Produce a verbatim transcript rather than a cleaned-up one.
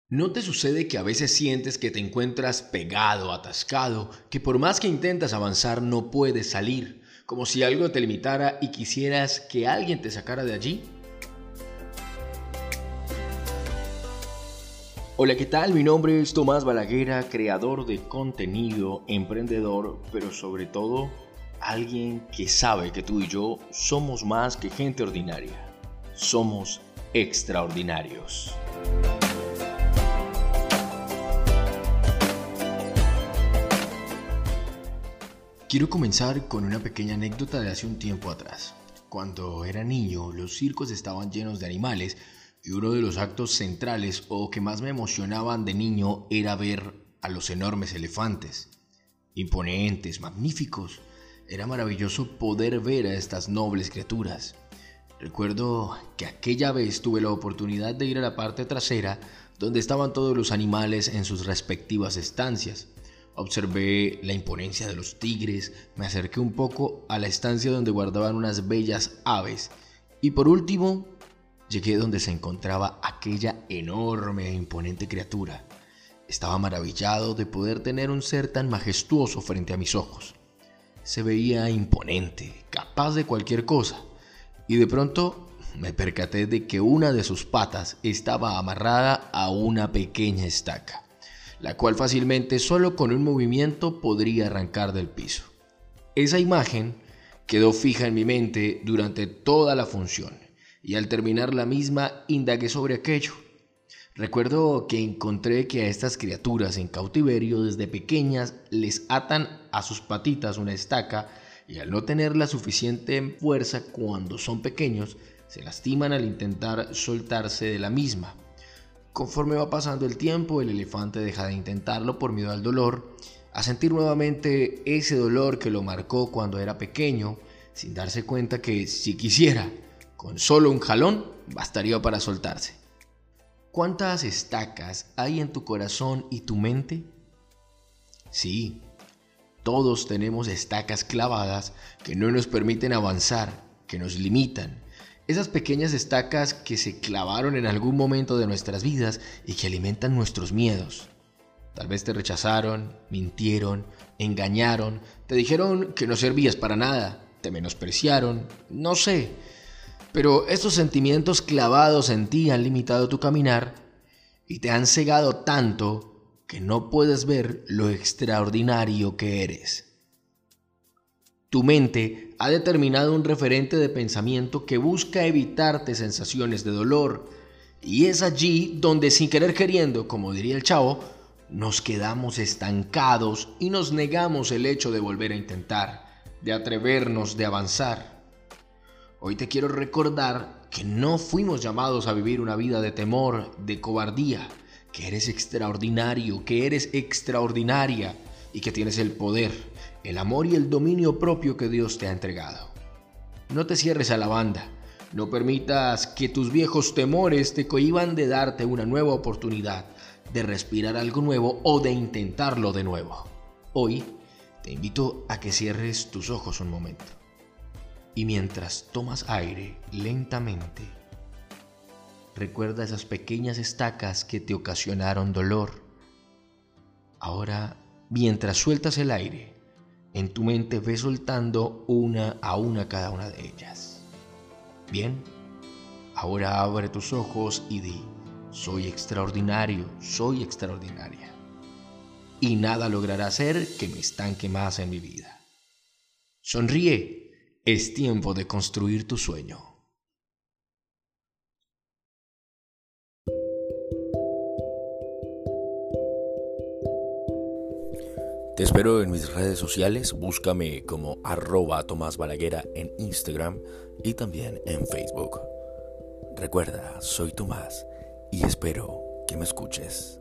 ¿No te sucede que a veces sientes que te encuentras pegado, atascado, que por más que intentas avanzar no puedes salir, como si algo te limitara y quisieras que alguien te sacara de allí? Hola, ¿qué tal? Mi nombre es Tomás Balaguera, creador de contenido, emprendedor, pero sobre todo alguien que sabe que tú y yo somos más que gente ordinaria. Somos extraordinarios. Quiero comenzar con una pequeña anécdota de hace un tiempo atrás. Cuando era niño, los circos estaban llenos de animales y uno de los actos centrales o que más me emocionaban de niño era ver a los enormes elefantes. Imponentes, magníficos. Era maravilloso poder ver a estas nobles criaturas. Recuerdo que aquella vez tuve la oportunidad de ir a la parte trasera donde estaban todos los animales en sus respectivas estancias. Observé la imponencia de los tigres, me acerqué un poco a la estancia donde guardaban unas bellas aves y por último llegué donde se encontraba aquella enorme e imponente criatura. Estaba maravillado de poder tener un ser tan majestuoso frente a mis ojos. Se veía imponente, capaz de cualquier cosa, y de pronto me percaté de que una de sus patas estaba amarrada a una pequeña estaca, la cual fácilmente solo con un movimiento podría arrancar del piso. Esa imagen quedó fija en mi mente durante toda la función y al terminar la misma indagué sobre aquello. Recuerdo que encontré que a estas criaturas en cautiverio desde pequeñas les atan a sus patitas una estaca y al no tener la suficiente fuerza cuando son pequeños se lastiman al intentar soltarse de la misma. Conforme va pasando el tiempo, el elefante deja de intentarlo por miedo al dolor, a sentir nuevamente ese dolor que lo marcó cuando era pequeño, sin darse cuenta que si quisiera, con solo un jalón, bastaría para soltarse. ¿Cuántas estacas hay en tu corazón y tu mente? Sí, todos tenemos estacas clavadas que no nos permiten avanzar, que nos limitan. Esas pequeñas estacas que se clavaron en algún momento de nuestras vidas y que alimentan nuestros miedos. Tal vez te rechazaron, mintieron, engañaron, te dijeron que no servías para nada, te menospreciaron, no sé. Pero estos sentimientos clavados en ti han limitado tu caminar y te han cegado tanto que no puedes ver lo extraordinario que eres. Tu mente ha determinado un referente de pensamiento que busca evitarte sensaciones de dolor y es allí donde sin querer queriendo, como diría el chavo, nos quedamos estancados y nos negamos el hecho de volver a intentar, de atrevernos, de avanzar. Hoy te quiero recordar que no fuimos llamados a vivir una vida de temor, de cobardía, que eres extraordinario, que eres extraordinaria y que tienes el poder, el amor y el dominio propio que Dios te ha entregado. No te cierres a la banda, no permitas que tus viejos temores te cohíban de darte una nueva oportunidad, de respirar algo nuevo o de intentarlo de nuevo. Hoy te invito a que cierres tus ojos un momento y mientras tomas aire lentamente, recuerda esas pequeñas estacas que te ocasionaron dolor. Ahora, mientras sueltas el aire, en tu mente ve soltando una a una cada una de ellas. Bien, ahora abre tus ojos y di, soy extraordinario, soy extraordinaria. Y nada logrará hacer que me estanque más en mi vida. Sonríe, es tiempo de construir tu sueño. Te espero en mis redes sociales, búscame como arroba Tomás Balaguera en Instagram y también en Facebook. Recuerda, soy Tomás y espero que me escuches.